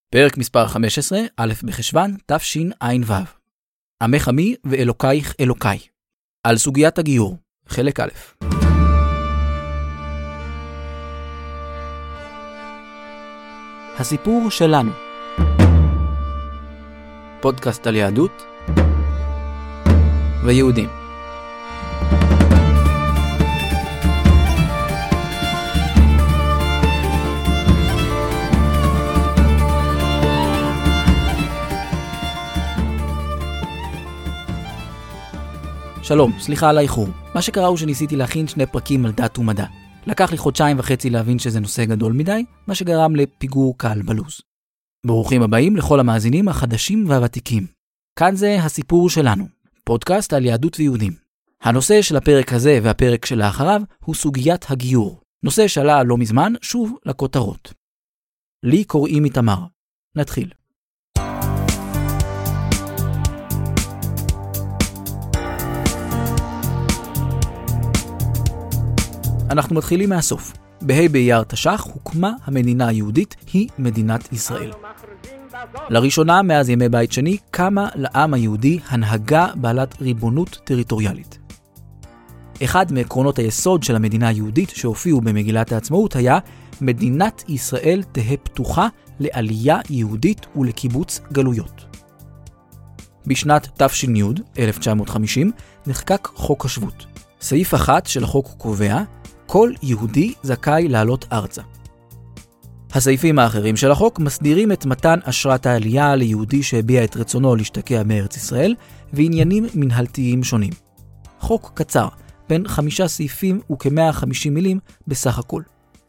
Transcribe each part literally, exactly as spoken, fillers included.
פרק מספר חמש עשרה, א' בחשוון, תשע"ו. עמך עמי ואלוקייך אלוקיי. על סוגיית הגיור, חלק א'. הסיפור שלנו. פודקאסט על יהדות ויהודים. שלום, סליחה על האיחור. מה שקרה הוא שניסיתי להכין שני פרקים על דת ומדע. לקח לי חודשיים וחצי להבין שזה נושא גדול מדי, מה שגרם לפיגור קל בלוז. ברוכים הבאים לכל המאזינים החדשים והוותיקים. כאן זה הסיפור שלנו, פודקאסט על יהדות ויהודים. הנושא של הפרק הזה והפרק שלאחריו הוא סוגיית הגיור. נושא שעלה לא מזמן, שוב לכותרות. לי קוראים איתמר. נתחיל. אנחנו מתחילים מהסוף. בה' באייר תש"ח הוקמה המדינה היהודית, היא מדינת ישראל. לראשונה מאז ימי בית שני קמה לעם היהודי הנהגה בעלת ריבונות טריטוריאלית. אחד מעקרונות היסוד של המדינה היהודית שהופיעו במגילת העצמאות היה מדינת ישראל תהא פתוחה לעלייה יהודית ולקיבוץ גלויות. בשנת תש"י, אלף תשע מאות חמישים, נחקק חוק השבות. סעיף אחד של החוק קובע כל יהודי זכאי לעלות ארצה. הסעיפים האחרים של החוק מסדירים את מתן אשרת העלייה ליהודי שהביע את רצונו להשתקע בארץ ישראל, ועניינים מנהלתיים שונים. חוק קצר, בין חמישה סעיפים וכ-מאה וחמישים מילים בסך הכל.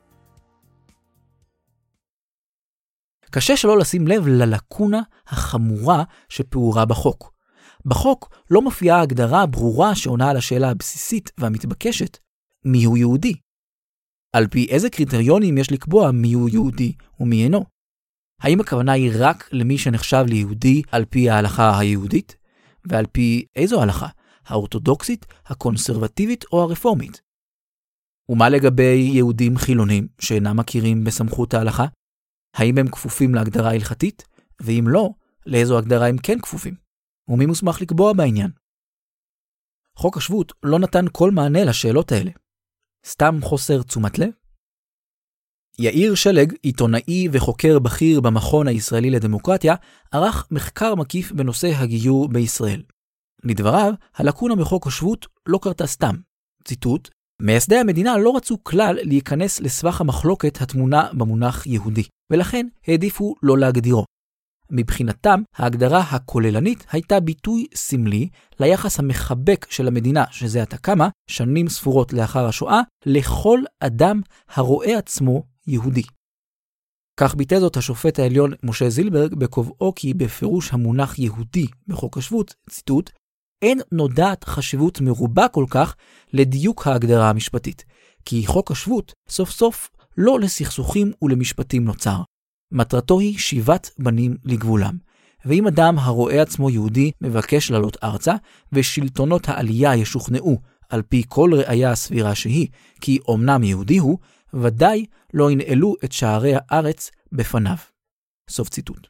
קשה שלא לשים לב ללקונה החמורה שפעורה בחוק. בחוק לא מופיעה הגדרה ברורה שעונה על השאלה הבסיסית והמתבקשת, מיהו יהודי? על פי איזה קריטריונים יש לקבוע מיהו יהודי ומי אינו? האם הכוונה היא רק למי שנחשב ליהודי על פי ההלכה היהודית? ועל פי איזו הלכה? האורתודוקסית, הקונסרבטיבית או הרפורמית? ומה לגבי יהודים חילונים שאינם מכירים בסמכות ההלכה? האם הם כפופים להגדרה הלכתית? ואם לא, לאיזו הגדרה הם כן כפופים? ומי מוסמך לקבוע בעניין? חוק השבות לא נתן כל מענה לשאלות האלה. סתם חוסר תשומת לב? יאיר שלג, עיתונאי וחוקר בכיר במכון הישראלי לדמוקרטיה, ערך מחקר מקיף בנושא הגיור בישראל. לדבריו, הלקונה בחוק השבות לא קרתה סתם. ציטוט, מייסדי המדינה לא רצו כלל להיכנס לסבך המחלוקת התמונה במונח יהודי, ולכן העדיפו לא להגדירו. מבחינתם, ההגדרה הכוללנית הייתה ביטוי סמלי ליחס המחבק של המדינה, שזה עתה קמה, שנים ספורות לאחר השואה, לכל אדם הרואה עצמו יהודי. כך ביטא זאת השופט העליון משה זילברג בקובעו כי בפירוש המונח יהודי בחוק השבות, ציטוט, אין נודעת חשיבות מרובה כל כך לדיוק ההגדרה המשפטית, כי חוק השבות סוף סוף לא לסכסוכים ולמשפטים נוצר. מטרתו היא שיבת בנים לגבולם. ואם אדם הרואה עצמו יהודי מבקש לעלות ארצה, ושלטונות העלייה ישוכנעו על פי כל ראיה סבירה שהיא, כי אומנם יהודי הוא, ודאי לא ינעלו את שערי הארץ בפניו. סוף ציטוט.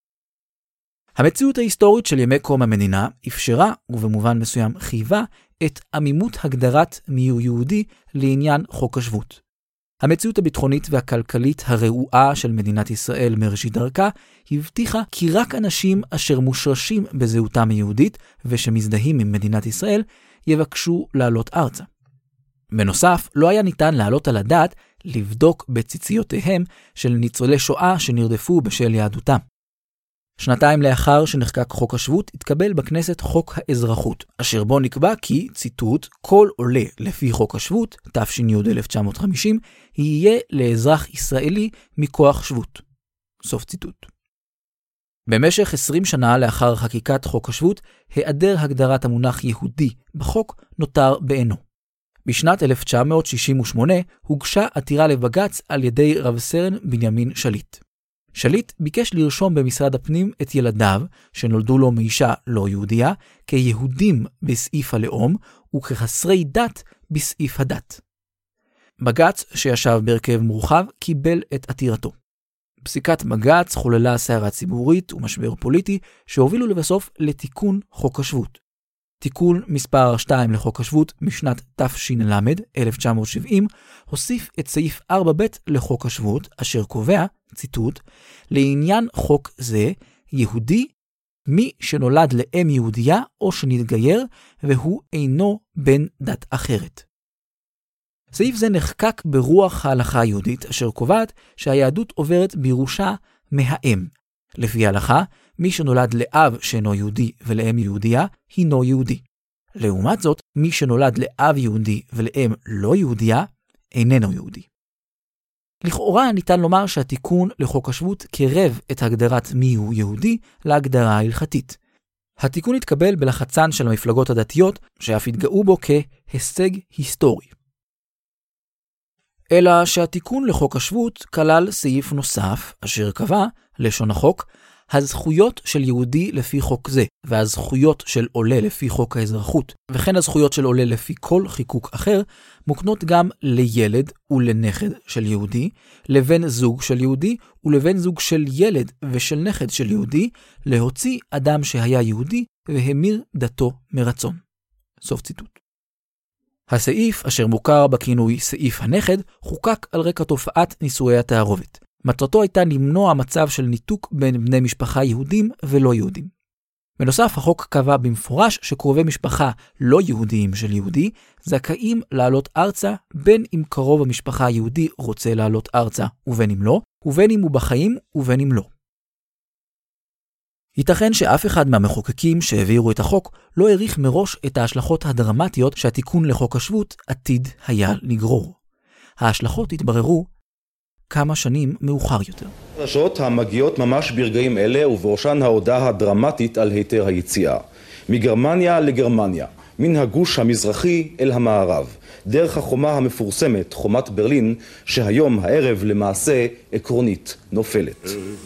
המציאות ההיסטורית של ימי קום המדינה אפשרה, ובמובן מסוים חייבה, את עמימות הגדרת מיהו יהודי לעניין חוק השבות. המציאות הביטחונית והכלכלית הרעועה של מדינת ישראל מראשית דרכה הבטיחה כי רק אנשים אשר מושרשים בזהותם היהודית ושמזדהים עם מדינת ישראל יבקשו לעלות ארצה. בנוסף, לא היה ניתן לעלות על הדעת לבדוק בציציותיהם של ניצולי שואה שנרדפו בשל יהדותם. שנתיים לאחר שנחקק חוק השבות, התקבל בכנסת חוק האזרחות, אשר בו נקבע כי, ציטוט, כל עולה לפי חוק השבות, תש"י אלף תשע מאות חמישים, יהיה לאזרח ישראלי מכוח שבות. סוף ציטוט. במשך עשרים שנה לאחר חקיקת חוק השבות, היעדר הגדרת המונח יהודי בחוק נותר בעינו. בשנת אלף תשע מאות שישים ושמונה הוגשה עתירה לבג"ץ על ידי רב סרן בנימין שליט. שליט ביקש לרשום במשרד הפנים את ילדיו, שנולדו לו מאישה לא יהודייה, כיהודים בסעיף הלאום, וכחסרי דת בסעיף הדת. בג"ץ, שישב בהרכב מורחב, קיבל את עתירתו. פסיקת בג"ץ חוללה סערה ציבורית ומשבר פוליטי שהובילו לבסוף לתיקון חוק השבות. תיקון מספר שתיים לחוק השבות משנת תש"ל אלף תשע מאות שבעים הוסיף את סעיף ארבע ב' לחוק השבות אשר קובע, ציטוט, לעניין חוק זה יהודי מי שנולד לאם יהודייה או שנתגייר והוא אינו בן דת אחרת. סעיף זה נחקק ברוח ההלכה היהודית אשר קובעת שהיהדות עוברת בירושה מהאם. לפי ההלכה, מי שנולד לאב שאינו יהודי ולאם יהודייה, הינו יהודי. לעומת זאת, מי שנולד לאב יהודי ולאם לא יהודייה, איננו יהודי. לכאורה ניתן לומר שהתיקון לחוק השבות קרב את הגדרת מיהו יהודי להגדרה ההלכתית. התיקון התקבל בלחצן של המפלגות הדתיות, שאף התגאו בו כהישג היסטורי. אלא שהתיקון לחוק השבות כלל סעיף נוסף, אשר קבע, לשון החוק, הזכויות של יהודי לפי חוק זה, והזכויות של עולה לפי חוק האזרחות, וכן הזכויות של עולה לפי כל חיקוק אחר, מוקנות גם לילד ולנכד של יהודי, לבן זוג של יהודי, ולבן זוג של ילד ושל נכד של יהודי, להוציא אדם שהיה יהודי והמיר דתו מרצון. סוף ציטוט. הסעיף, אשר מוכר בכינוי סעיף הנכד, חוקק על רקע תופעת נישואי התערובת. מטרתו הייתה למנוע מצב של ניתוק בין בני משפחה יהודים ולא יהודים. בנוסף, החוק קבע במפורש שקרובי משפחה לא יהודיים של יהודי זכאים לעלות ארצה בין אם קרוב המשפחה היהודי רוצה לעלות ארצה ובין אם לא, ובין אם הוא בחיים ובין אם לא. ייתכן שאף אחד מהמחוקקים שהעבירו את החוק לא העריך מראש את ההשלכות הדרמטיות שהתיקון לחוק השבות עתיד היה לגרור. ההשלכות התבררו כמה שנים מאוחר יותר. חדשות המגיעות ממש ברגעים אלה ובראשן ההודעה הדרמטית על היתר היציאה. מגרמניה לגרמניה, מן הגוש המזרחי אל המערב, דרך החומה המפורסמת, חומת ברלין, שהיום הערב למעשה עקרונית נופלת.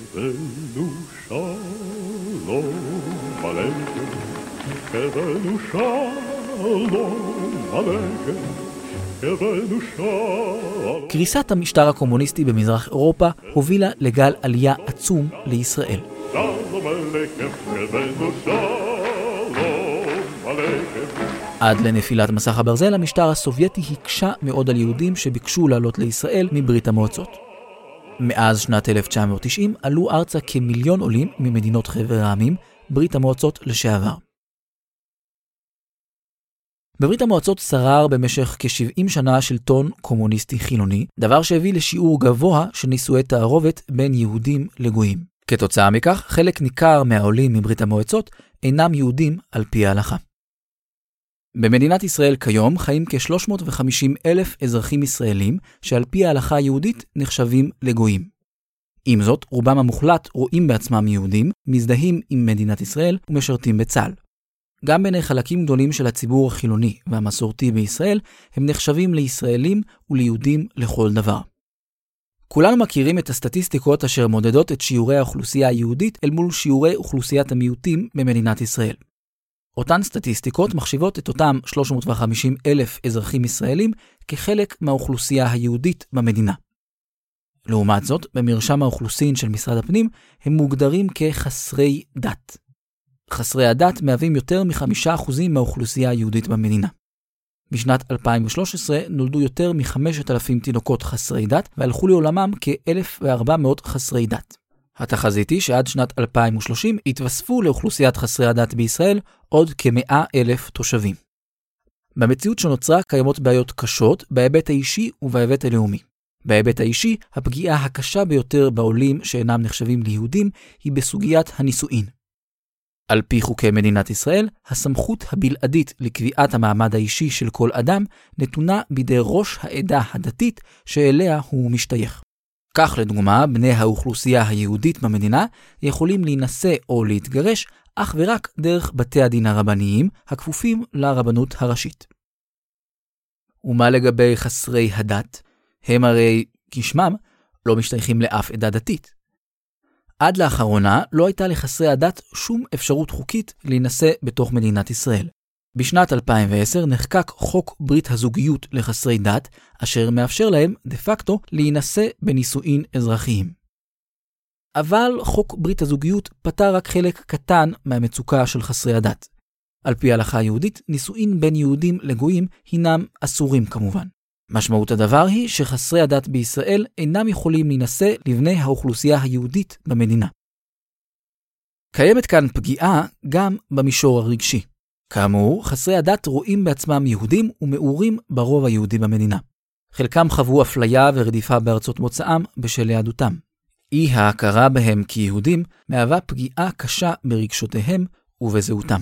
קריסת המשטר הקומוניסטי במזרח אירופה הובילה לגל עלייה עצום לישראל. עד לנפילת מסך הברזל, המשטר הסובייטי הקשה מאוד על יהודים שביקשו לעלות לישראל מברית המועצות. מאז שנת אלף תשע מאות תשעים עלו ארצה כמיליון עולים ממדינות חבר העמים, ברית המועצות לשעבר. בברית המועצות שרר במשך כ-שבעים שנה שלטון קומוניסטי חילוני, דבר שהביא לשיעור גבוה של נישואי תערובת בין יהודים לגויים. כתוצאה מכך, חלק ניכר מהעולים מברית המועצות אינם יהודים על פי ההלכה. במדינת ישראל כיום חיים כ-שלוש מאות וחמישים אלף אזרחים ישראלים שעל פי ההלכה היהודית נחשבים לגויים. עם זאת, רובם המוחלט רואים בעצמם יהודים, מזדהים עם מדינת ישראל ומשרתים בצה"ל. גם בעיני חלקים גדולים של הציבור החילוני והמסורתי בישראל, הם נחשבים לישראלים וליהודים לכל דבר. כולנו מכירים את הסטטיסטיקות אשר מודדות את שיעורי האוכלוסייה היהודית אל מול שיעורי אוכלוסיית המיעוטים במדינת ישראל. אותן סטטיסטיקות מחשיבות את אותם שלוש מאות וחמישים אלף אזרחים ישראלים כחלק מהאוכלוסייה היהודית במדינה. לעומת זאת, במרשם האוכלוסין של משרד הפנים הם מוגדרים כחסרי דת. חסרי הדת מהווים יותר מחמישה אחוזים מהאוכלוסייה היהודית במדינה. בשנת אלפיים ושלוש עשרה נולדו יותר מחמשת אלפים תינוקות חסרי דת והלכו לעולמם כ-אלף וארבע מאות חסרי דת. התחזית היא שעד שנת אלפיים ושלושים התווספו לאוכלוסיית חסרי הדת בישראל עוד כ-מאה אלף תושבים. במציאות שנוצרה קיימות בעיות קשות בהיבט האישי ובהיבט הלאומי. בהיבט האישי, הפגיעה הקשה ביותר בעולים שאינם נחשבים ליהודים היא בסוגיית הנישואין. על פי חוקי מדינת ישראל, הסמכות הבלעדית לקביעת המעמד האישי של כל אדם נתונה בידי ראש העדה הדתית שאליה הוא משתייך. כך לדוגמה, בני האוכלוסייה היהודית במדינה יכולים להינשא או להתגרש אך ורק דרך בתי הדין הרבניים הכפופים לרבנות הראשית. ומה לגבי חסרי הדת? הם הרי כשמם לא משתייכים לאף עדה דתית. עד לאחרונה לא הייתה לחסרי הדת שום אפשרות חוקית להינשא בתוך מדינת ישראל. בשנת אלפיים ועשר נחקק חוק ברית הזוגיות לחסרי דת, אשר מאפשר להם דה פקטו להינשא בנישואין אזרחיים. אבל חוק ברית הזוגיות פתר רק חלק קטן מהמצוקה של חסרי הדת. על פי ההלכה היהודית, נישואין בין יהודים לגויים הינם אסורים כמובן. משמעות הדבר היא שחסרי הדת בישראל אינם יכולים להינשא לבני האוכלוסייה היהודית במדינה. קיימת כאן פגיעה גם במישור הרגשי. כאמור, חסרי הדת רואים בעצמם יהודים ומאורים ברוב היהודי במדינה. חלקם חוו אפליה ורדיפה בארצות מוצאם בשל יהדותם. אי ההכרה בהם כיהודים מהווה פגיעה קשה ברגשותיהם ובזהותם.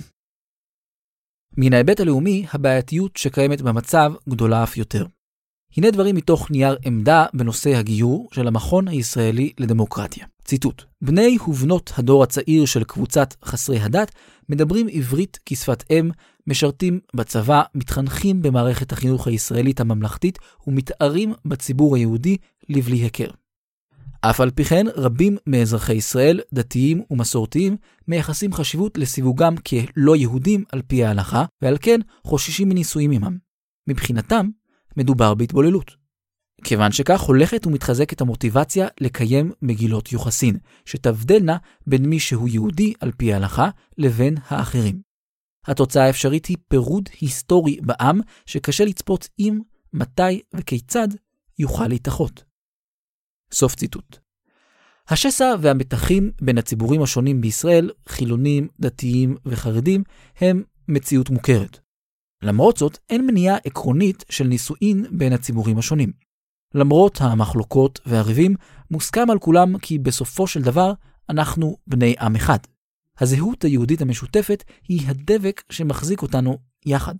מן ההיבט הלאומי, הבעייתיות שקיימת במצב גדולה אף יותר. הנה דברים מתוך נייר עמדה בנושא הגיור של המכון הישראלי לדמוקרטיה. ציטוט: בני ובנות הדור הצעיר של קבוצת חסרי הדת מדברים עברית כשפת אם, משרתים בצבא, מתחנכים במערכת החינוך הישראלית הממלכתית ומתארים בציבור היהודי לבלי הכר. אף על פי כן, רבים מאזרחי ישראל, דתיים ומסורתיים, מייחסים חשיבות לסיווגם כלא יהודים על פי ההלכה, ועל כן חוששים מנישואים עמם. מבחינתם, מדובר בהתבוללות. כיוון שכך הולכת ומתחזקת המוטיבציה לקיים מגילות יוחסין, שתבדלנה בין מי שהוא יהודי על פי ההלכה לבין האחרים. התוצאה האפשרית היא פירוד היסטורי בעם, שקשה לצפות אם, מתי וכיצד יוכל להתאחות. סוף ציטוט. השסע והמתחים בין הציבורים השונים בישראל, חילונים, דתיים וחרדים, הם מציאות מוכרת. למרות זאת, אין מניעה עקרונית של נישואין בין הציבורים השונים. למרות המחלוקות והריבים, מוסכם על כולם כי בסופו של דבר אנחנו בני עם אחד. הזהות היהודית המשותפת היא הדבק שמחזיק אותנו יחד.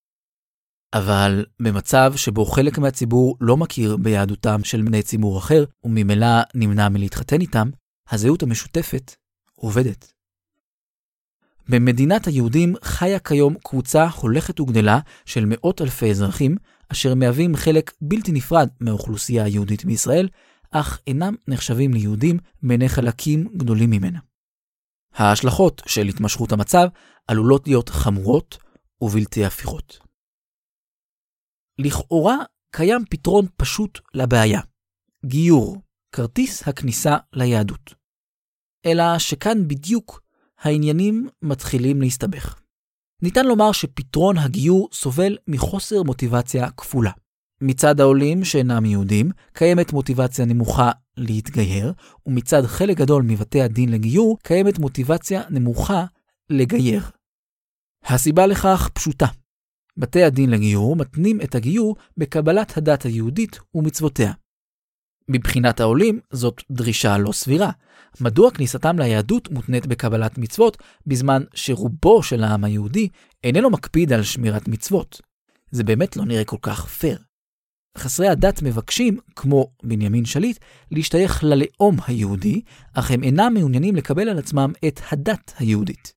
אבל במצב שבו חלק מהציבור לא מכיר ביהדותם של בני ציבור אחר, וממילא נמנע מלהתחתן איתם, הזהות המשותפת עובדת. במדינת היהודים חיה כיום קבוצה הולכת וגדלה של מאות אלפי אזרחים, אשר מהווים חלק בלתי נפרד מהאוכלוסייה היהודית בישראל, אך אינם נחשבים ליהודים בעיני חלקים גדולים ממנה. ההשלכות של התמשכות המצב עלולות להיות חמורות ובלתי הפיכות. לכאורה קיים פתרון פשוט לבעיה. גיור, כרטיס הכניסה ליהדות. אלא שכאן בדיוק העניינים מתחילים להסתבך. ניתן לומר שפתרון הגיור סובל מחוסר מוטיבציה כפולה. מצד העולים שאינם יהודים קיימת מוטיבציה נמוכה להתגייר, ומצד חלק גדול מבתי הדין לגיור קיימת מוטיבציה נמוכה לגייר. הסיבה לכך פשוטה. בתי הדין לגיור מתנים את הגיור בקבלת הדת היהודית ומצוותיה. מבחינת העולים זאת דרישה לא סבירה. מדוע כניסתם ליהדות מותנית בקבלת מצוות בזמן שרובו של העם היהודי איננו מקפיד על שמירת מצוות? זה באמת לא נראה כל כך פייר. חסרי הדת מבקשים, כמו בנימין שליט, להשתייך ללאום היהודי, אך הם אינם מעוניינים לקבל על עצמם את הדת היהודית.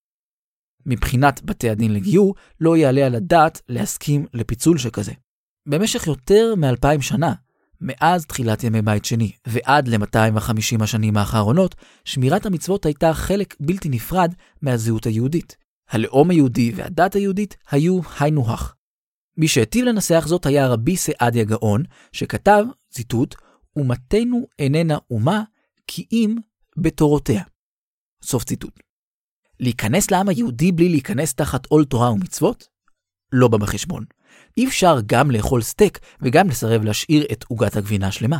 מבחינת בתי הדין לגיור לא יעלה על הדעת להסכים לפיצול שכזה. במשך יותר מאלפיים שנה, מאז תחילת ימי בית שני ועד ל-מאתיים וחמישים השנים האחרונות, שמירת המצוות הייתה חלק בלתי נפרד מהזהות היהודית. הלאום היהודי והדת היהודית היו היינו הך. מי שהטיב לנסח זאת היה רבי סעדיה גאון, שכתב, ציטוט, אומתנו איננה אומה כי אם בתורותיה. סוף ציטוט. להיכנס לעם היהודי בלי להיכנס תחת עול תורה ומצוות? לא בא בחשבון. אי אפשר גם לאכול סטייק וגם לסרב להשאיר את עוגת הגבינה שלמה.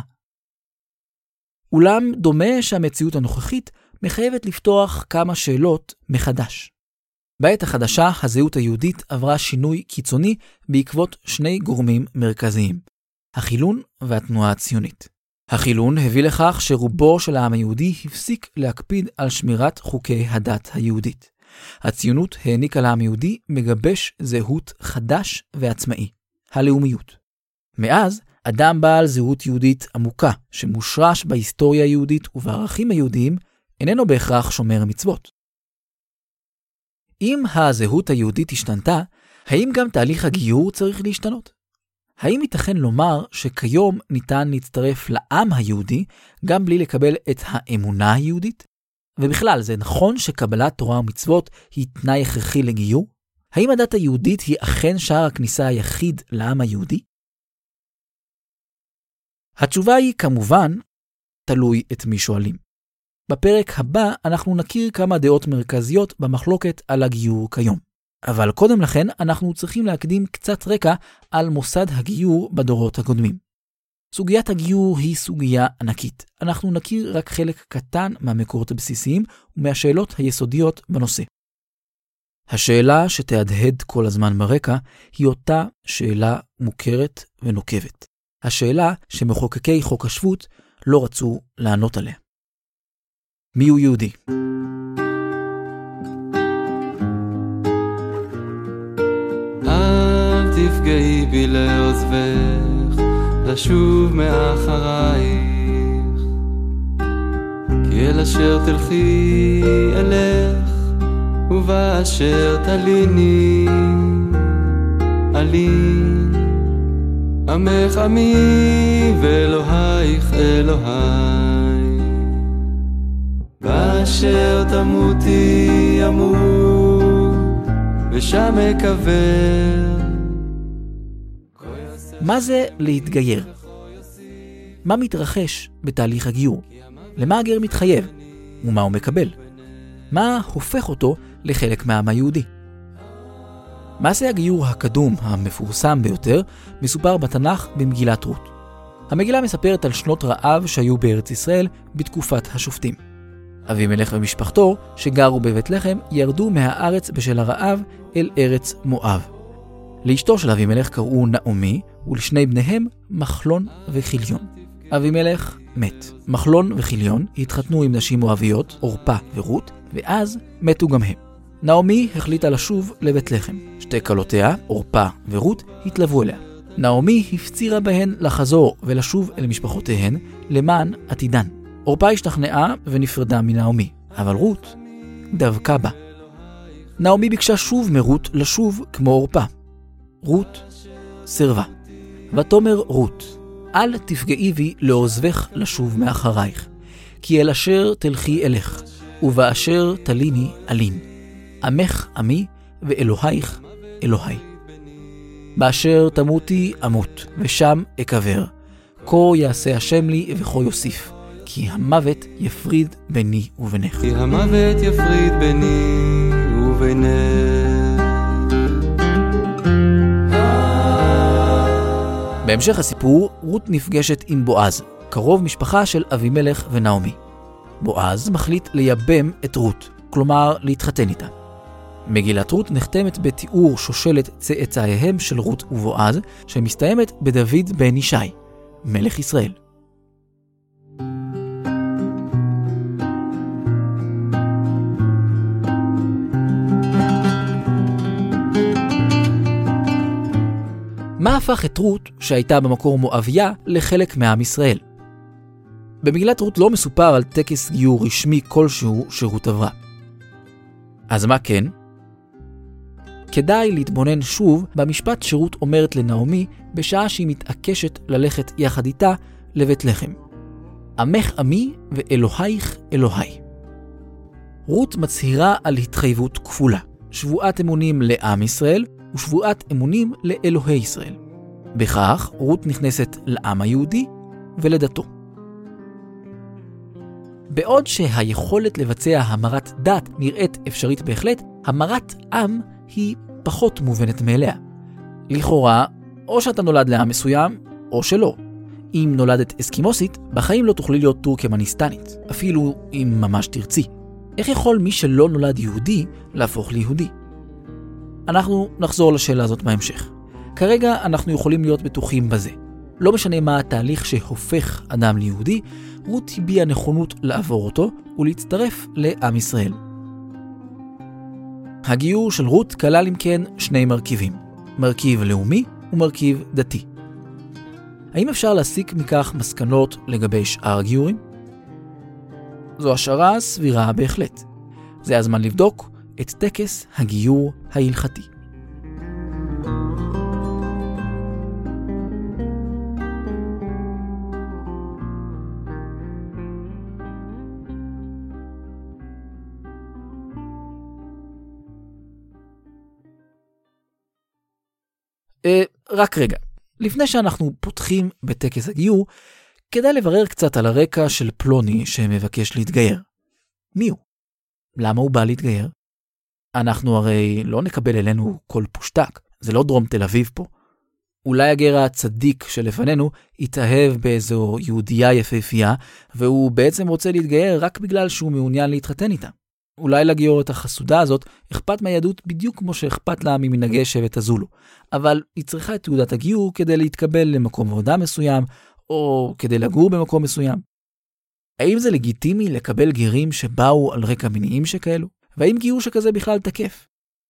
אולם דומה שהמציאות הנוכחית מחייבת לפתוח כמה שאלות מחדש. בעת החדשה הזהות היהודית עברה שינוי קיצוני בעקבות שני גורמים מרכזיים, החילון והתנועה הציונית. החילון הביא לכך שרובו של העם היהודי הפסיק להקפיד על שמירת חוקי הדת היהודית. הציונות העניקה לעם היהודי מגבש זהות חדש ועצמאי, הלאומיות. מאז, אדם בעל זהות יהודית עמוקה, שמושרש בהיסטוריה היהודית ובערכים היהודיים, איננו בהכרח שומר מצוות. אם הזהות היהודית השתנתה, האם גם תהליך הגיור צריך להשתנות? האם ייתכן לומר שכיום ניתן להצטרף לעם היהודי גם בלי לקבל את האמונה היהודית? ובכלל, זה נכון שקבלת תורה ומצוות היא תנאי הכרחי לגיור? האם הדת היהודית היא אכן שער הכניסה היחיד לעם היהודי? התשובה היא כמובן תלוי את מי שואלים. בפרק הבא אנחנו נכיר כמה דעות מרכזיות במחלוקת על הגיור כיום. אבל קודם לכן אנחנו צריכים להקדים קצת רקע על מוסד הגיור בדורות הקודמים. סוגיית הגיור היא סוגיה ענקית. אנחנו נכיר רק חלק קטן מהמקורות הבסיסיים ומהשאלות היסודיות בנושא. השאלה שתהדהד כל הזמן ברקע היא אותה שאלה מוכרת ונוקבת. השאלה שמחוקקי חוק השבות לא רצו לענות עליה. מי הוא יהודי? אל תפגעי בי לעוזבך, לשוב מאחרייך, כי אל אשר תלכי אלך, ובאשר תליני אלין. עמך עמי ואלוהיך אלוהי, באשר תמותי ימות, ושם אקבר. מה זה להתגייר? מה מתרחש בתהליך הגיור? למה הגר מתחייב? ומה הוא מקבל? מה הופך אותו לחלק מהעם היהודי? מעשה הגיור הקדום המפורסם ביותר מסופר בתנ"ך במגילת רות. המגילה מספרת על שנות רעב שהיו בארץ ישראל בתקופת השופטים. אבימלך ומשפחתו שגרו בבית לחם ירדו מהארץ בשל הרעב אל ארץ מואב. לאשתו של אבימלך קראו נעמי ולשני בניהם מחלון וחיליון. אבימלך מת. מחלון וחיליון התחתנו עם נשים מואביות, אורפה ורות, ואז מתו גם הם. נעמי החליטה לשוב לבית לחם. שתי כלותיה, אורפה ורות, התלוו אליה. נעמי הפצירה בהן לחזור ולשוב אל משפחותיהן למען עתידן. אורפה השתכנעה ונפרדה מנעמי, אבל רות דבקה בה. נעמי ביקשה שוב מרות לשוב כמו אורפה. רות סרבה. ותאמר רות, אל תפגעי בי לעוזבך לשוב מאחרייך, כי אל אשר תלכי אלך, ובאשר תליני אלין. עמך עמי ואלוהיך אלוהי. באשר תמותי אמות, ושם אקבר. כה יעשה השם לי וכה יוסיף, כי המוות יפריד ביני ובינך. כי המוות יפריד ביני ובינך. בהמשך הסיפור, רות נפגשת עם בועז, קרוב משפחה של אבימלך ונעמי. בועז מחליט לייבם את רות, כלומר להתחתן איתה. מגילת רות נחתמת בתיאור שושלת צאצאיהם של רות ובועז, שמסתיימת בדוד בן ישי, מלך ישראל. מה הפך את רות, שהייתה במקור מואביה, לחלק מעם ישראל? במגילת רות לא מסופר על טקס גיור רשמי כלשהו שרות עברה. אז מה כן? כדאי להתבונן שוב במשפט שרות אומרת לנעמי בשעה שהיא מתעקשת ללכת יחד איתה לבית לחם. עמך עמי ואלוהיך אלוהי. רות מצהירה על התחייבות כפולה, שבועת אמונים לעם ישראל ושבועת אמונים לאלוהי ישראל. בכך רות נכנסת לעם היהודי ולדתו. בעוד שהיכולת לבצע המרת דת נראית אפשרית בהחלט, המרת עם היא פחות מובנת מאליה. לכאורה, או שאתה נולד לעם מסוים, או שלא. אם נולדת אסקימוסית, בחיים לא תוכלי להיות טורקמניסטנית, אפילו אם ממש תרצי. איך יכול מי שלא נולד יהודי להפוך ליהודי? אנחנו נחזור לשאלה הזאת בהמשך. כרגע אנחנו יכולים להיות בטוחים בזה. לא משנה מה התהליך שהופך אדם ליהודי, רות הביעה נכונות לעבור אותו ולהצטרף לעם ישראל. הגיור של רות כלל אם כן שני מרכיבים, מרכיב לאומי ומרכיב דתי. האם אפשר להסיק מכך מסקנות לגבי שאר הגיורים? זו השערה סבירה בהחלט. זה הזמן לבדוק את טקס הגיור ההלכתי. אה, רק רגע, לפני שאנחנו פותחים בטקס הגיור, כדאי לברר קצת על הרקע של פלוני שמבקש להתגייר. מי הוא? למה הוא בא להתגייר? אנחנו הרי לא נקבל אלינו כל פושטק, זה לא דרום תל אביב פה. אולי הגר הצדיק שלפנינו יתאהב באיזו יהודייה יפהפייה, והוא בעצם רוצה להתגייר רק בגלל שהוא מעוניין להתחתן איתה. אולי לגיורת החסודה הזאת אכפת מהיהדות בדיוק כמו שאכפת לה ממנהגי שבט הזולו, אבל היא צריכה את תעודת הגיור כדי להתקבל למקום עבודה מסוים, או כדי לגור במקום מסוים. האם זה לגיטימי לקבל גרים שבאו על רקע מיניים שכאלו? והאם גיור שכזה בכלל תקף?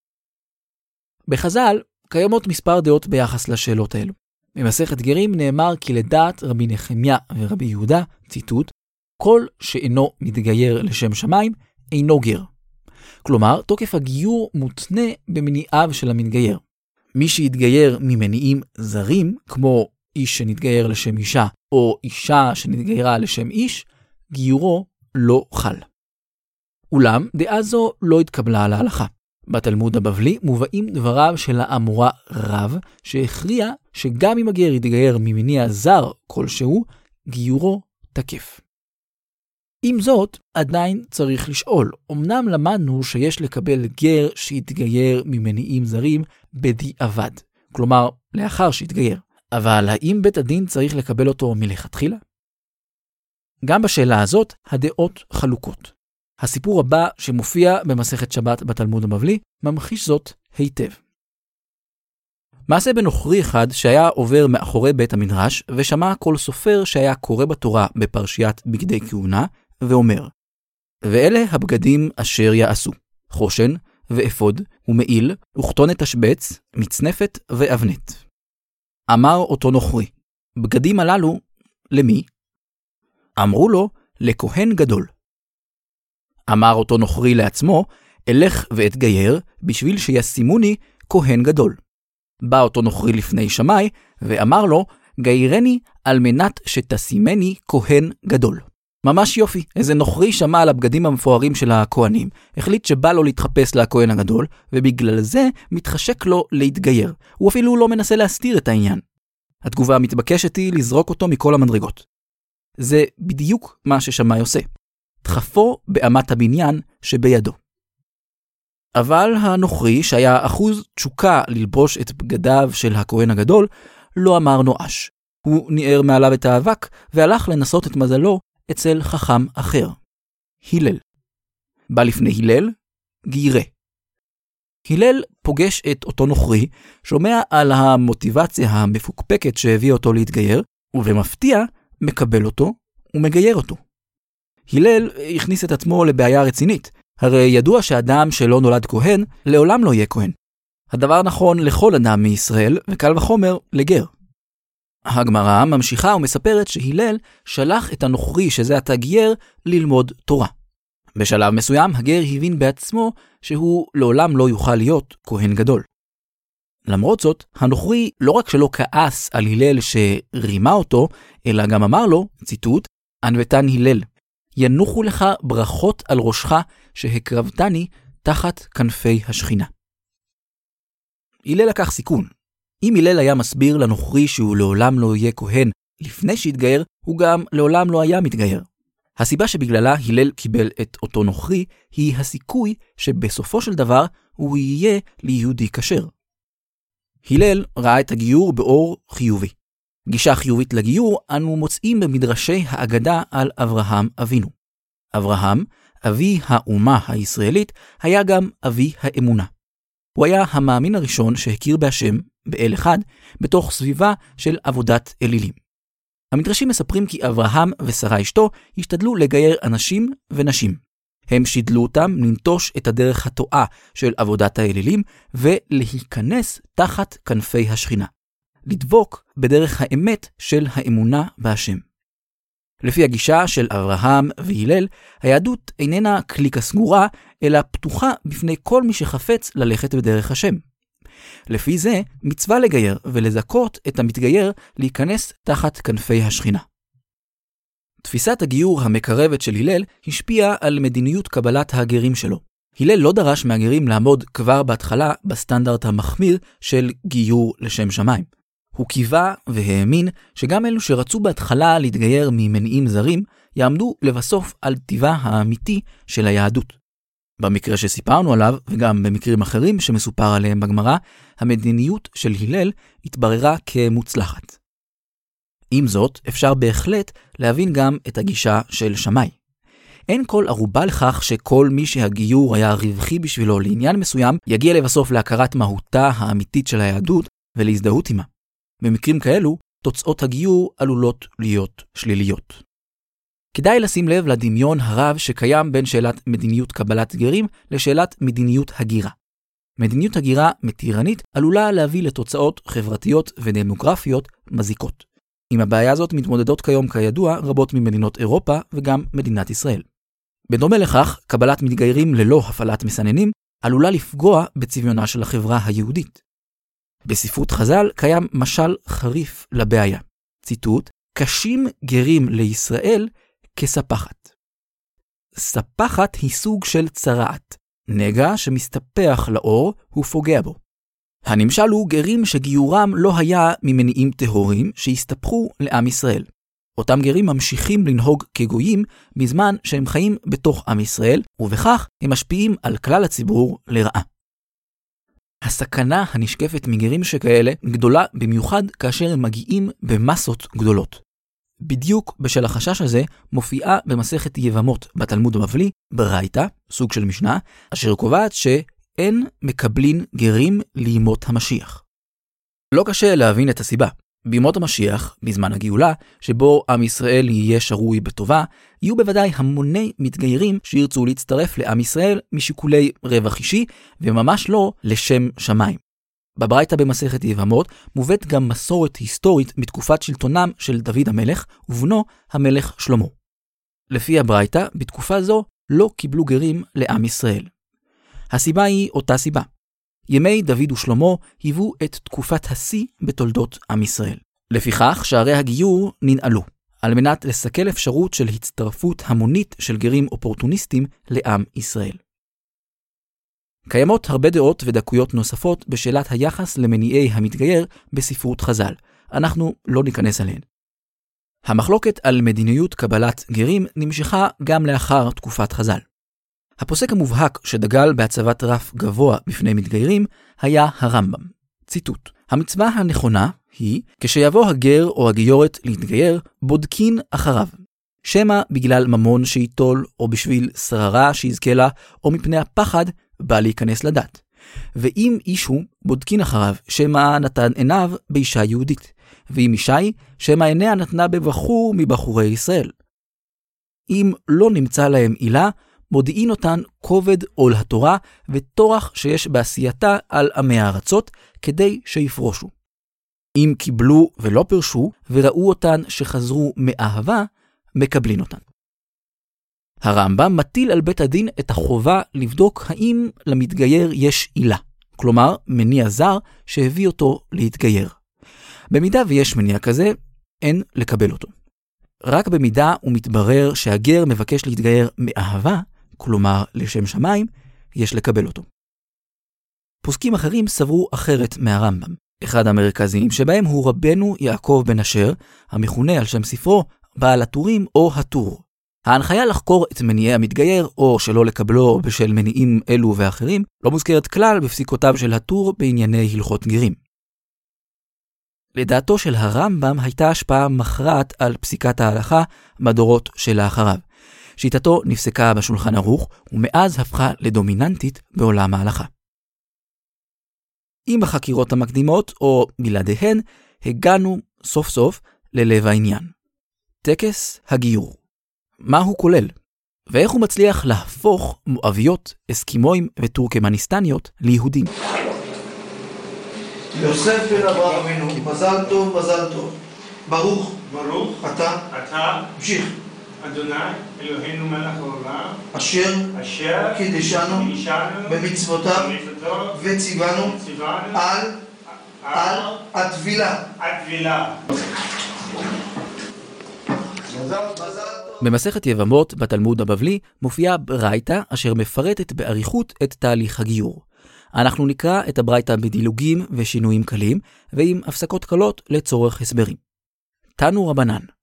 בחז"ל קיימות מספר דעות ביחס לשאלות האלו. במסכת גרים נאמר כי לדעת רבי נחמיה ורבי יהודה, ציטוט, כל שאינו מתגייר לשם שמיים אינו גר. כלומר, תוקף הגיור מותנה במניעיו של המתגייר. מי שיתגייר ממניעים זרים, כמו איש שנתגייר לשם אישה, או אישה שנתגיירה לשם איש, גיורו לא חל. אולם, דעה זו לא התקבלה על ההלכה. בתלמוד הבבלי מובאים דבריו של האמורא רב, שהכריע שגם אם הגר יתגייר ממניע זר כלשהו, גיורו תקף. עם זאת, עדיין צריך לשאול, אמנם למדנו שיש לקבל גר שיתגייר ממניעים זרים בדיעבד, כלומר לאחר שיתגייר, אבל האם בית הדין צריך לקבל אותו מלכתחילה? גם בשאלה הזאת הדעות חלוקות. הסיפור הבא שמופיע במסכת שבת בתלמוד הבבלי ממחיש זאת היטב. מעשה בנוכרי אחד שהיה עובר מאחורי בית המדרש ושמע כל סופר שהיה קורא בתורה בפרשיית בגדי כהונה ואומר, ואלה הבגדים אשר יעשו, חושן ואפוד ומעיל וכתונת תשבץ, מצנפת ואבנת. אמר אותו נוכרי, בגדים הללו למי? אמרו לו, לכהן גדול. אמר אותו נוכרי לעצמו, אלך ואתגייר בשביל שישימוני כהן גדול. בא אותו נוכרי לפני שמאי ואמר לו, גיירני על מנת שתשימני כהן גדול. ממש יופי, איזה נוכרי שמע על הבגדים המפוארים של הכהנים, החליט שבא לו להתחפש לכהן הגדול, ובגלל זה מתחשק לו להתגייר. הוא אפילו לא מנסה להסתיר את העניין. התגובה המתבקשת היא לזרוק אותו מכל המדרגות. זה בדיוק מה ששמאי עושה. דחפו באמת הבניין שבידו. אבל הנוכרי, שהיה אחוז תשוקה ללבוש את בגדיו של הכהן הגדול, לא אמר נואש. הוא ניער מעליו את האבק, והלך לנסות את מזלו אצל חכם אחר. הלל. בא לפני הלל, גיירה. הלל פוגש את אותו נוכרי, שומע על המוטיבציה המפוקפקת שהביא אותו להתגייר, ובמפתיע מקבל אותו ומגייר אותו. הלל הכניס את עצמו לבעיה רצינית, הרי ידוע שאדם שלא נולד כהן, לעולם לא יהיה כהן. הדבר נכון לכל אדם מישראל, וקל וחומר לגר. הגמרא ממשיכה ומספרת שהלל שלח את הנוכרי שזה התגייר ללמוד תורה. בשלב מסוים הגר הבין בעצמו שהוא לעולם לא יוכל להיות כהן גדול. למרות זאת, הנוכרי לא רק שלא כעס על הלל שרימה אותו, אלא גם אמר לו, ציטוט, ענוותן הלל, ינוחו לך ברכות על ראשך שהקרבתני תחת כנפי השכינה. הלל לקח סיכון. אם הלל היה מסביר לנוכרי שהוא לעולם לא יהיה כהן לפני שהתגייר, הוא גם לעולם לא היה מתגייר. הסיבה שבגללה הלל קיבל את אותו נוכרי היא הסיכוי שבסופו של דבר הוא יהיה ליהודי כשר. הלל ראה את הגיור באור חיובי. גישה חיובית לגיור אנו מוצאים במדרשי האגדה על אברהם אבינו. אברהם, אבי האומה הישראלית, היה גם אבי האמונה. הוא היה המאמין הראשון שהכיר בהשם, באל אחד, בתוך סביבה של עבודת אלילים. המדרשים מספרים כי אברהם ושרה אשתו השתדלו לגייר אנשים ונשים. הם שידלו אותם לנטוש את הדרך הטועה של עבודת האלילים ולהיכנס תחת כנפי השכינה. לדבוק בדרך האמת של האמונה בהשם. לפי הגישה של אברהם והלל, היהדות איננה קליקה סגורה, אלא פתוחה בפני כל מי שחפץ ללכת בדרך השם. לפי זה, מצווה לגייר ולזכות את המתגייר להיכנס תחת כנפי השכינה. תפיסת הגיור המקרבת של הלל השפיעה על מדיניות קבלת הגרים שלו. הלל לא דרש מהגרים לעמוד כבר בהתחלה בסטנדרט המחמיר של גיור לשם שמיים. הוא קיווה והאמין שגם אלו שרצו בהתחלה להתגייר ממניעים זרים, יעמדו לבסוף על טיבה האמיתי של היהדות. במקרה שסיפרנו עליו, וגם במקרים אחרים שמסופר עליהם בגמרא, המדיניות של הלל התבררה כמוצלחת. עם זאת, אפשר בהחלט להבין גם את הגישה של שמאי. אין כל ערובה לכך שכל מי שהגיור היה רווחי בשבילו לעניין מסוים, יגיע לבסוף להכרת מהותה האמיתית של היהדות ולהזדהות עימה. במקרים כאלו, תוצאות הגיור עלולות להיות שליליות. כדאי לשים לב לדמיון הרב שקיים בין שאלת מדיניות קבלת גרים לשאלת מדיניות הגירה. מדיניות הגירה מתירנית עלולה להביא לתוצאות חברתיות ודמוגרפיות מזיקות. עם הבעיה הזאת מתמודדות כיום כידוע רבות ממדינות אירופה וגם מדינת ישראל. בדומה לכך, קבלת מתגיירים ללא הפעלת מסננים עלולה לפגוע בצביונה של החברה היהודית. בספרות חז"ל קיים משל חריף לבעיה. ציטוט: קשים גרים לישראל כספחת. ספחת היא סוג של צרעת, נגע שמסתפח לאור ופוגע בו. הנמשל הוא גרים שגיורם לא היה ממניעים טהורים שהסתפחו לעם ישראל. אותם גרים ממשיכים לנהוג כגויים בזמן שהם חיים בתוך עם ישראל, ובכך הם משפיעים על כלל הציבור לרעה. הסכנה הנשקפת מגרים שכאלה גדולה במיוחד כאשר הם מגיעים במסות גדולות. בדיוק בשל החשש הזה מופיעה במסכת יבמות בתלמוד הבבלי, ברייתא, סוג של משנה, אשר קובעת שאין מקבלין גרים לימות המשיח. לא קשה להבין את הסיבה. בימות המשיח, בזמן הגאולה, שבו עם ישראל יהיה שרוי בטובה, יהיו בוודאי המוני מתגיירים שירצו להצטרף לעם ישראל משיקולי רווח אישי, וממש לא לשם שמיים. בברייתא במסכת יבמות מובאת גם מסורת היסטורית מתקופת שלטונם של דוד המלך ובנו המלך שלמה. לפי הברייתא, בתקופה זו לא קיבלו גרים לעם ישראל. הסיבה היא אותה סיבה. ימי דוד ושלמה היוו את תקופת השיא בתולדות עם ישראל. לפיכך שערי הגיור ננעלו, על מנת לסכל אפשרות של הצטרפות המונית של גרים אופורטוניסטים לעם ישראל. קיימות הרבה דעות ודקויות נוספות בשאלת היחס למניעי המתגייר בספרות חז"ל. אנחנו לא ניכנס עליהן. המחלוקת על מדיניות קבלת גרים נמשכה גם לאחר תקופת חז"ל. הפוסק המובהק שדגל בהצבת רף גבוה בפני מתגיירים היה הרמב"ם. ציטוט: המצווה הנכונה היא, כשיבוא הגר או הגיורת להתגייר, בודקין אחריו. שמא בגלל ממון שיטול, או בשביל שררה שיזכה לה, או מפני הפחד בא להיכנס לדת. ואם אישו, בודקין אחריו, שמא נתן עיניו באישה יהודית. ואם אישה היא, שמא עיניה נתנה בבחור מבחורי ישראל. אם לא נמצא להם עילה, מודיעין אותן כובד עול התורה ותורח שיש בעשייתה על עמי הארצות כדי שיפרושו. אם קיבלו ולא פרשו וראו אותן שחזרו מאהבה, מקבלין אותן. הרמב"ם מטיל על בית הדין את החובה לבדוק האם למתגייר יש עילה, כלומר מניע זר שהביא אותו להתגייר. במידה ויש מניע כזה, אין לקבל אותו. רק במידה ומתברר שהגר מבקש להתגייר מאהבה, כלומר לשם שמיים, יש לקבל אותו. פוסקים אחרים סברו אחרת מהרמב"ם. אחד המרכזיים שבהם הוא רבנו יעקב בן אשר, המכונה על שם ספרו בעל הטורים או הטור. ההנחיה לחקור את מניעי המתגייר או שלא לקבלו בשל מניעים אלו ואחרים לא מוזכרת כלל בפסיקותיו של הטור בענייני הלכות גרים. לדעתו של הרמב"ם הייתה השפעה מכרעת על פסיקת ההלכה בדורות שלאחריו. שיטתו נפסקה בשולחן ערוך ומאז הפכה לדומיננטית בעולם ההלכה. עם החקירות המקדימות או בלעדיהן הגענו סוף סוף ללב העניין. טקס הגיור. מה הוא כולל? ואיך הוא מצליח להפוך מואביות, אסקימואים וטורקמניסטניות ליהודים? יוסף בן אברהם אבינו, מזל טוב, מזל טוב. ברוך, ברוך, אתה, אתה, המשיך, אדוני, אלוהינו מלך העולם, אשר אשר קידשנו קידשנו במצוותיו במצוותיו וציוונו וציוונו על על על הטבילה. הטבילה. במסכת יבמות בתלמוד הבבלי מופיעה ברייתא אשר מפרטת באריכות את תהליך הגיור. אנחנו נקרא את הברייתא בדילוגים ושינויים קלים ועם הפסקות קלות לצורך הסברים. תנו רבנן,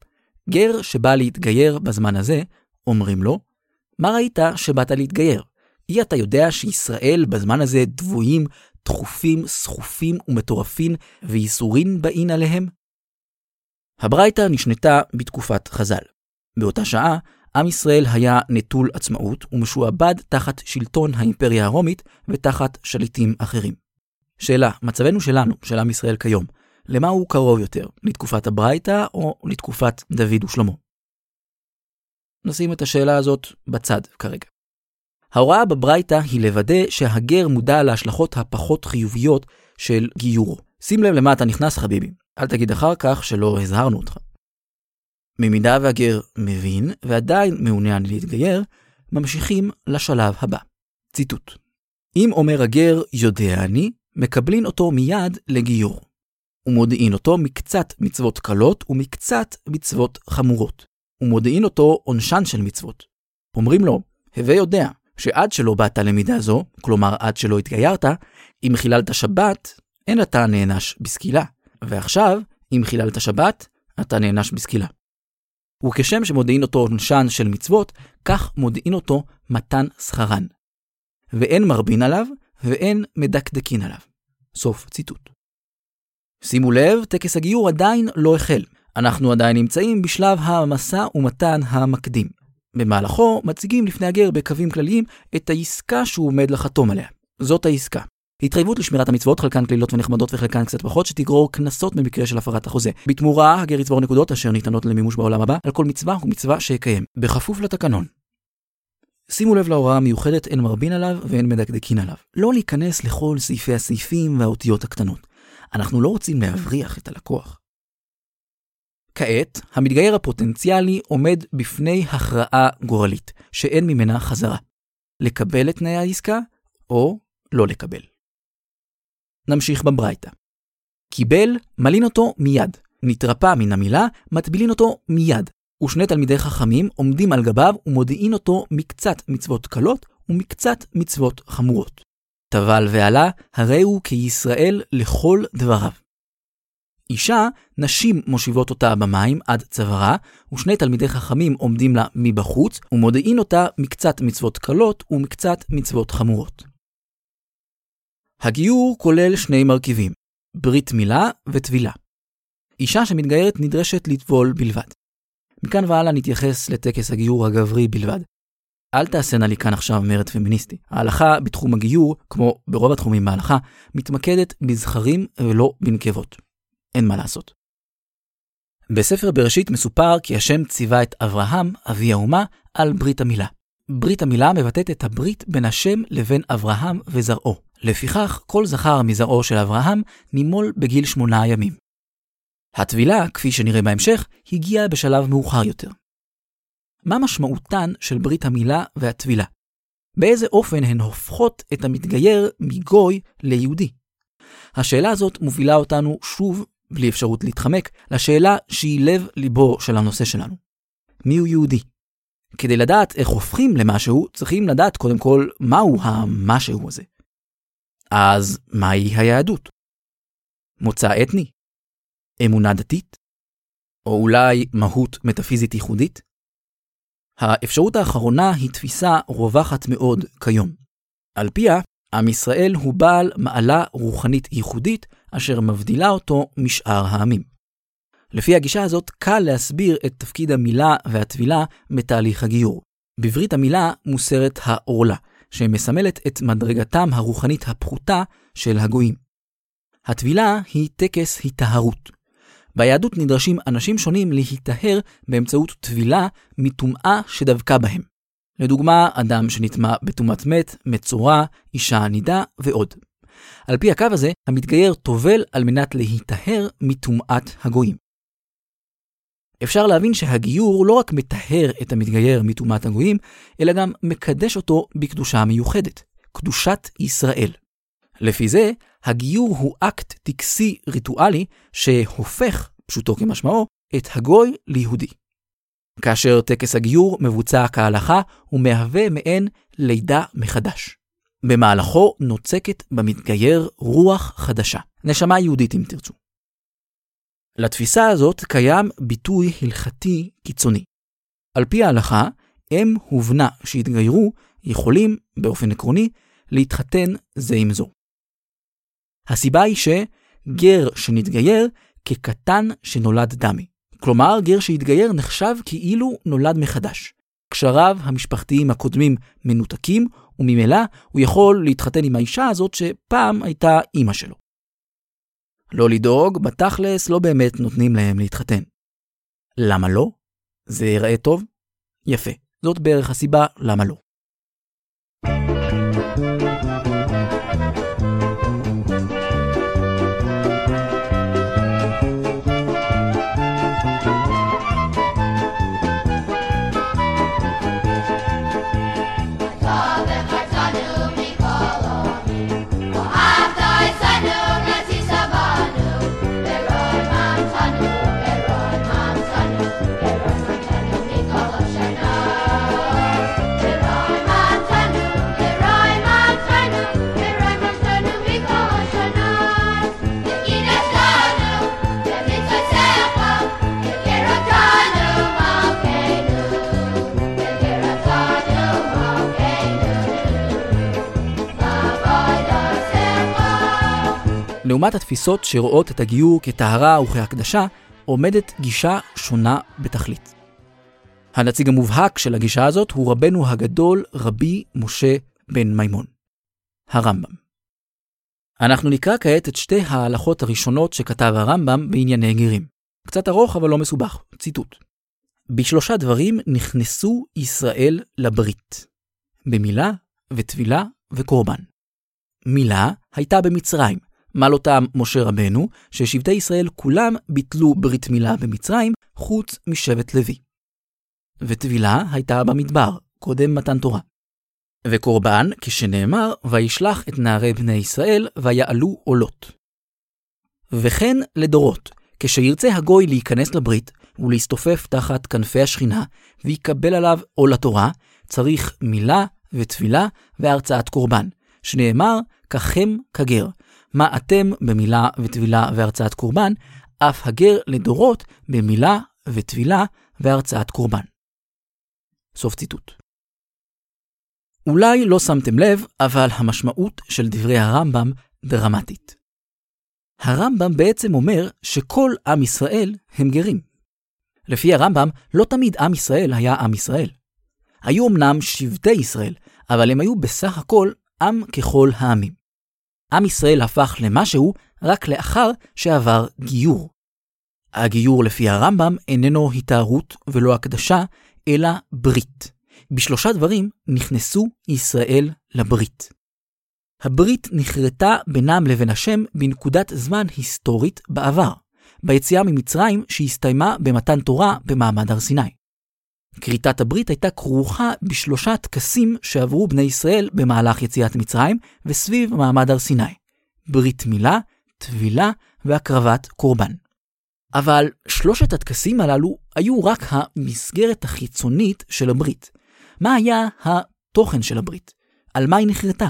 גר שבא להתגייר בזמן הזה, אומרים לו, מה ראית שבאת להתגייר? אי אתה יודע שישראל בזמן הזה דבויים, דחופים, סחופים ומטורפים, וייסורין באין עליהם? הברייתא נשנתה בתקופת חז"ל. באותה שעה, עם ישראל היה נטול עצמאות ומשועבד תחת שלטון האימפריה הרומית ותחת שליטים אחרים. שאלה, מצבנו שלנו, של עם ישראל כיום, למה הוא קרוב יותר, לתקופת הברייתא או לתקופת דוד ושלמה? נשים את השאלה הזאת בצד כרגע. ההוראה בברייתא היא לוודא שהגר מודע להשלכות הפחות חיוביות של גיורו. שים לב למה אתה נכנס חביבי, אל תגיד אחר כך שלא הזהרנו אותך. במידה והגר מבין ועדיין מעוניין להתגייר, ממשיכים לשלב הבא. ציטוט. אם אומר הגר יודע אני, מקבלין אותו מיד לגיור. ומודיעין אותו מקצת מצוות קלות ומקצת מצוות חמורות. ומודיעין אותו עונשן של מצוות. אומרים לו, הווה יודע שעד שלא באת למידה זו, כלומר עד שלא התגיירת, אם חיללת שבת, אין אתה נענש בסקילה. ועכשיו, אם חיללת שבת, אתה נענש בסקילה. וכשם שמודיעין אותו עונשן של מצוות, כך מודיעין אותו מתן שכרן. ואין מרבין עליו, ואין מדקדקין עליו. סוף ציטוט. שימו לב, טקס הגיור עדיין לא החל. אנחנו עדיין נמצאים בשלב המשא ומתן המקדים. במהלכו מציגים לפני הגר בקווים כלליים את העסקה שהוא עומד לחתום עליה. זאת העסקה. התחייבות לשמירת המצוות, חלקן כלילות ונחמדות וחלקן קצת פחות, שתגרור קנסות במקרה של הפרת החוזה. בתמורה, הגר יצבור נקודות אשר ניתנות למימוש בעולם הבא, על כל מצווה ומצווה שיקיים, בכפוף לתקנון. שימו לב להוראה המיוחדת, אין מרבין עליו ואין מדקדקין עליו. לא להיכנס לכל סעיפי הסעיפים והאותיות הקטנות. אנחנו לא רוצים להבריח את הלקוח. כעת, המתגייר הפוטנציאלי עומד בפני הכרעה גורלית, שאין ממנה חזרה. לקבל את תנאי העסקה או לא לקבל. נמשיך בברייתא. קיבל, מלין אותו מיד. נתרפא מן המילה, מטבילין אותו מיד. ושני תלמידי חכמים עומדים על גביו ומודיעין אותו מקצת מצוות קלות ומקצת מצוות חמורות. טבל ועלה, הרי הוא כישראל לכל דבריו. אישה, נשים מושיבות אותה במים עד צווארה, ושני תלמידי חכמים עומדים לה מבחוץ ומודיעין אותה מקצת מצוות קלות ומקצת מצוות חמורות. הגיור כולל שני מרכיבים, ברית מילה וטבילה. אישה שמתגיירת נדרשת לטבול בלבד. מכאן והלאה נתייחס לטקס הגיור הגברי בלבד. אל תעשנה לי כאן עכשיו מרד פמיניסטי. ההלכה בתחום הגיור, כמו ברוב התחומים בהלכה, מתמקדת בזכרים ולא בנקבות. אין מה לעשות. בספר בראשית מסופר כי השם ציווה את אברהם, אבי האומה, על ברית המילה. ברית המילה מבטאת את הברית בין השם לבין אברהם וזרעו. לפיכך, כל זכר מזרעו של אברהם נימול בגיל שמונה ימים. הטבילה, כפי שנראה בהמשך, הגיעה בשלב מאוחר יותר. מה משמעותן של ברית המילה והטבילה? באיזה אופן הן הופכות את המתגייר מגוי ליהודי? השאלה הזאת מובילה אותנו שוב, בלי אפשרות להתחמק, לשאלה שהיא לב ליבו של הנושא שלנו. מי הוא יהודי? כדי לדעת איך הופכים למשהו, צריכים לדעת קודם כל מהו המשהו הזה. אז מהי היהדות? מוצא אתני? אמונה דתית? או אולי מהות מטאפיזית ייחודית? האפשרות האחרונה היא תפיסה רווחת מאוד כיום. על פיה, עם ישראל הוא בעל מעלה רוחנית ייחודית אשר מבדילה אותו משאר העמים. לפי הגישה הזאת קל להסביר את תפקיד המילה והטבילה בתהליך הגיור. בברית המילה מוסרת העורלה, שמסמלת את מדרגתם הרוחנית הפחותה של הגויים. הטבילה היא טקס היטהרות. ביהדות נדרשים אנשים שונים להיטהר באמצעות טבילה מטומאה שדבקה בהם. לדוגמה, אדם שנטמע בטומאת מת, מצורע, אישה נידה ועוד. על פי הקו הזה, המתגייר טובל על מנת להיטהר מטומאת הגויים. אפשר להבין שהגיור לא רק מטהר את המתגייר מטומאת הגויים, אלא גם מקדש אותו בקדושה מיוחדת, קדושת ישראל. לפי זה, הגיור הוא אקט טקסי ריטואלי שהופך, פשוטו כמשמעו, את הגוי ליהודי. כאשר טקס הגיור מבוצע כהלכה, הוא מהווה מעין לידה מחדש. במהלכו נוצקת במתגייר רוח חדשה, נשמה יהודית אם תרצו. לתפיסה הזאת קיים ביטוי הלכתי קיצוני. על פי ההלכה, אם ובנה שהתגיירו יכולים באופן עקרוני להתחתן זה עם זו. הסיבה היא שגר שנתגייר כקטן שנולד דמי. כלומר, גר שהתגייר נחשב כאילו נולד מחדש. קשריו המשפחתיים הקודמים מנותקים, וממילא הוא יכול להתחתן עם האישה הזאת שפעם הייתה אמא שלו. לא לדאוג, בתכלס לא באמת נותנים להם להתחתן. למה לא? זה יראה טוב? יפה. זאת בערך הסיבה למה לא. לעומת התפיסות שרואות את הגיור כטהרה וכהקדשה, עומדת גישה שונה בתכלית. הנציג המובהק של הגישה הזאת הוא רבנו הגדול רבי משה בן מימון, הרמב"ם. אנחנו נקרא כעת את שתי ההלכות הראשונות שכתב הרמב"ם בענייני גירים. קצת ארוך אבל לא מסובך, ציטוט. בשלושה דברים נכנסו ישראל לברית, במילה וטבילה וקורבן. מילה הייתה במצרים, מעל אותם משה רבנו, ששבטי ישראל כולם ביטלו ברית מילה במצרים, חוץ משבט לוי. וטבילה הייתה במדבר, קודם מתן תורה. וקורבן, כשנאמר, וישלח את נערי בני ישראל, ויעלו עולות. וכן לדורות, כשירצה הגוי להיכנס לברית, ולהסתופף תחת כנפי השכינה, ויקבל עליו עול התורה, צריך מילה וטבילה והרצאת קורבן, שנאמר, ככם כגר. מה אתם במילה וטבילה והרצאת קורבן, אף הגר לדורות במילה וטבילה והרצאת קורבן. סוף ציטוט. אולי לא שמתם לב, אבל המשמעות של דברי הרמב"ם דרמטית. הרמב"ם בעצם אומר שכל עם ישראל הם גרים. לפי הרמב"ם, לא תמיד עם ישראל היה עם ישראל. היו אמנם שבטי ישראל, אבל הם היו בסך הכל עם ככל העמים. עם ישראל הפך למשהו רק לאחר שעבר גיור. הגיור לפי הרמב"ם איננו התארות ולא הקדשה, אלא ברית. בשלושה דברים נכנסו ישראל לברית. הברית נחרטה בינם לבין השם בנקודת זמן היסטורית בעבר, ביציאה ממצרים שהסתיימה במתן תורה במעמד הר סיני. כריתת הברית הייתה כרוכה בשלושה טקסים שעברו בני ישראל במהלך יציאת מצרים וסביב מעמד הר סיני. ברית מילה, טבילה והקרבת קורבן. אבל שלושת הטקסים הללו היו רק המסגרת החיצונית של הברית. מה היה התוכן של הברית? על מה היא נחרטה?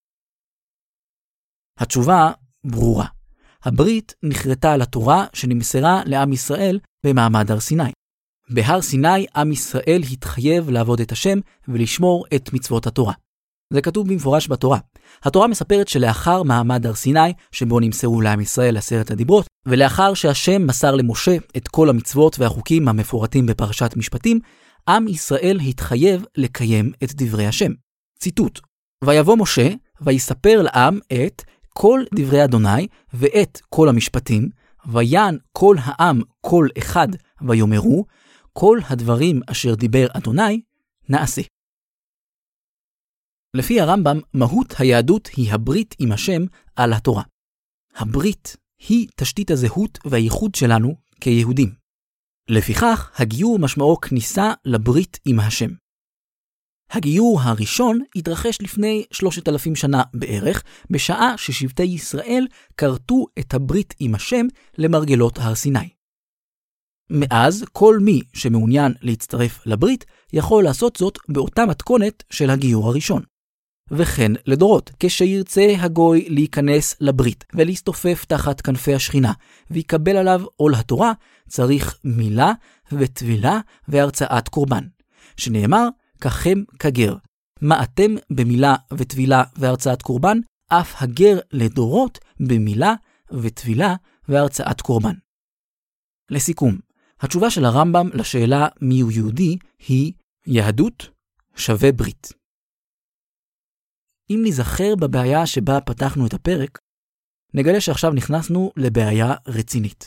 התשובה ברורה. הברית נחרטה על התורה שנמסרה לעם ישראל במעמד הר סיני. בהר סיני עם ישראל התחייב לעבוד את השם ולשמור את מצוות התורה. זה כתוב במפורש בתורה. התורה מספרת שלאחר מעמד הר סיני, שבו נמסרו לעם ישראל עשרת הדיברות, ולאחר שהשם מסר למשה את כל המצוות והחוקים המפורטים בפרשת משפטים, עם ישראל התחייב לקיים את דברי השם. ציטוט: ויבוא משה ויספר לעם את כל דברי אדוני ואת כל המשפטים, ויען כל העם כל אחד ויאמרו, כל הדברים אשר דיבר אדוני נעשה. לפי הרמב"ם, מהות היהדות היא הברית עם השם על התורה. הברית היא תשתית הזהות והייחוד שלנו כיהודים. לפיכך, הגיור משמעו כניסה לברית עם השם. הגיור הראשון התרחש לפני שלושת אלפים שנה בערך, בשעה ששבטי ישראל כרתו את הברית עם השם למרגלות הר סיני. מאז, כל מי שמעוניין להצטרף לברית יכול לעשות זאת באותה מתכונת של הגיור הראשון. וכן לדורות, כשירצה הגוי להיכנס לברית ולהסתופף תחת כנפי השכינה, ויקבל עליו עול התורה, צריך מילה וטבילה והרצאת קורבן. שנאמר, ככם כגר. מה אתם במילה וטבילה והרצאת קורבן? אף הגר לדורות במילה וטבילה והרצאת קורבן. לסיכום, התשובה של הרמב"ם לשאלה מיהו יהודי היא יהדות שווה ברית. אם נזכר בבעיה שבה פתחנו את הפרק, נגלה שעכשיו נכנסנו לבעיה רצינית.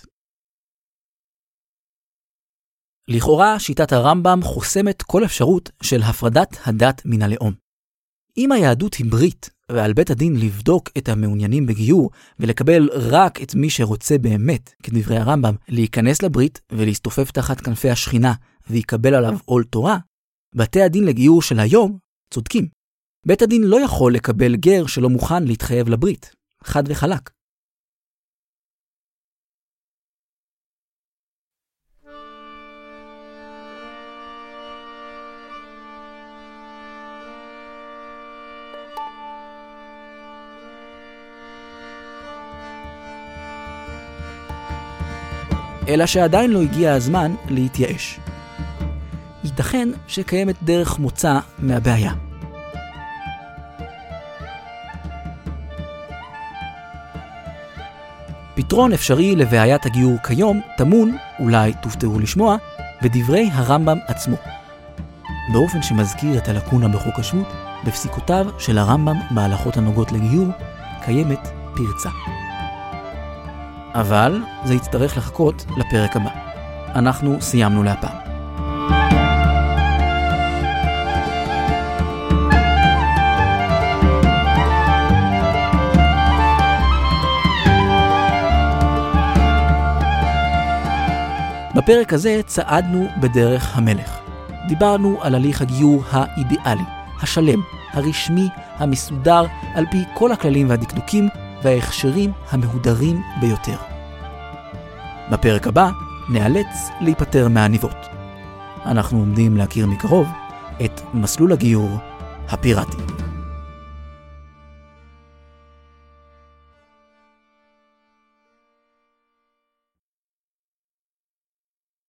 לכאורה שיטת הרמב"ם חוסמת כל אפשרות של הפרדת הדת מן הלאום. אם היהדות היא ברית, ועל בית הדין לבדוק את המעוניינים בגיור ולקבל רק את מי שרוצה באמת, כדברי הרמב"ם, להיכנס לברית ולהסתופף תחת כנפי השכינה ויקבל עליו עול תורה, בתי הדין לגיור של היום צודקים. בית הדין לא יכול לקבל גר שלא מוכן להתחייב לברית, חד וחלק. אלא שעדיין לא הגיע הזמן להתייאש. ייתכן שקיימת דרך מוצא מהבעיה. פתרון אפשרי לבעיית הגיור כיום טמון, אולי תופתעו לשמוע, בדברי הרמב"ם עצמו. באופן שמזכיר את הלקונה בחוק השבות, בפסיקותיו של הרמב"ם בהלכות הנוגעות לגיור, קיימת פרצה. אבל זה יצטרך לחכות לפרק הבא. אנחנו סיימנו להפעם. בפרק הזה צעדנו בדרך המלך. דיברנו על הליך הגיור האידיאלי, השלם, הרשמי, המסודר, על פי כל הכללים והדקדוקים וההכשרים המהודרים ביותר. בפרק הבא נאלץ להיפטר מהניבות. אנחנו עומדים להכיר מקרוב את מסלול הגיור הפיראטי.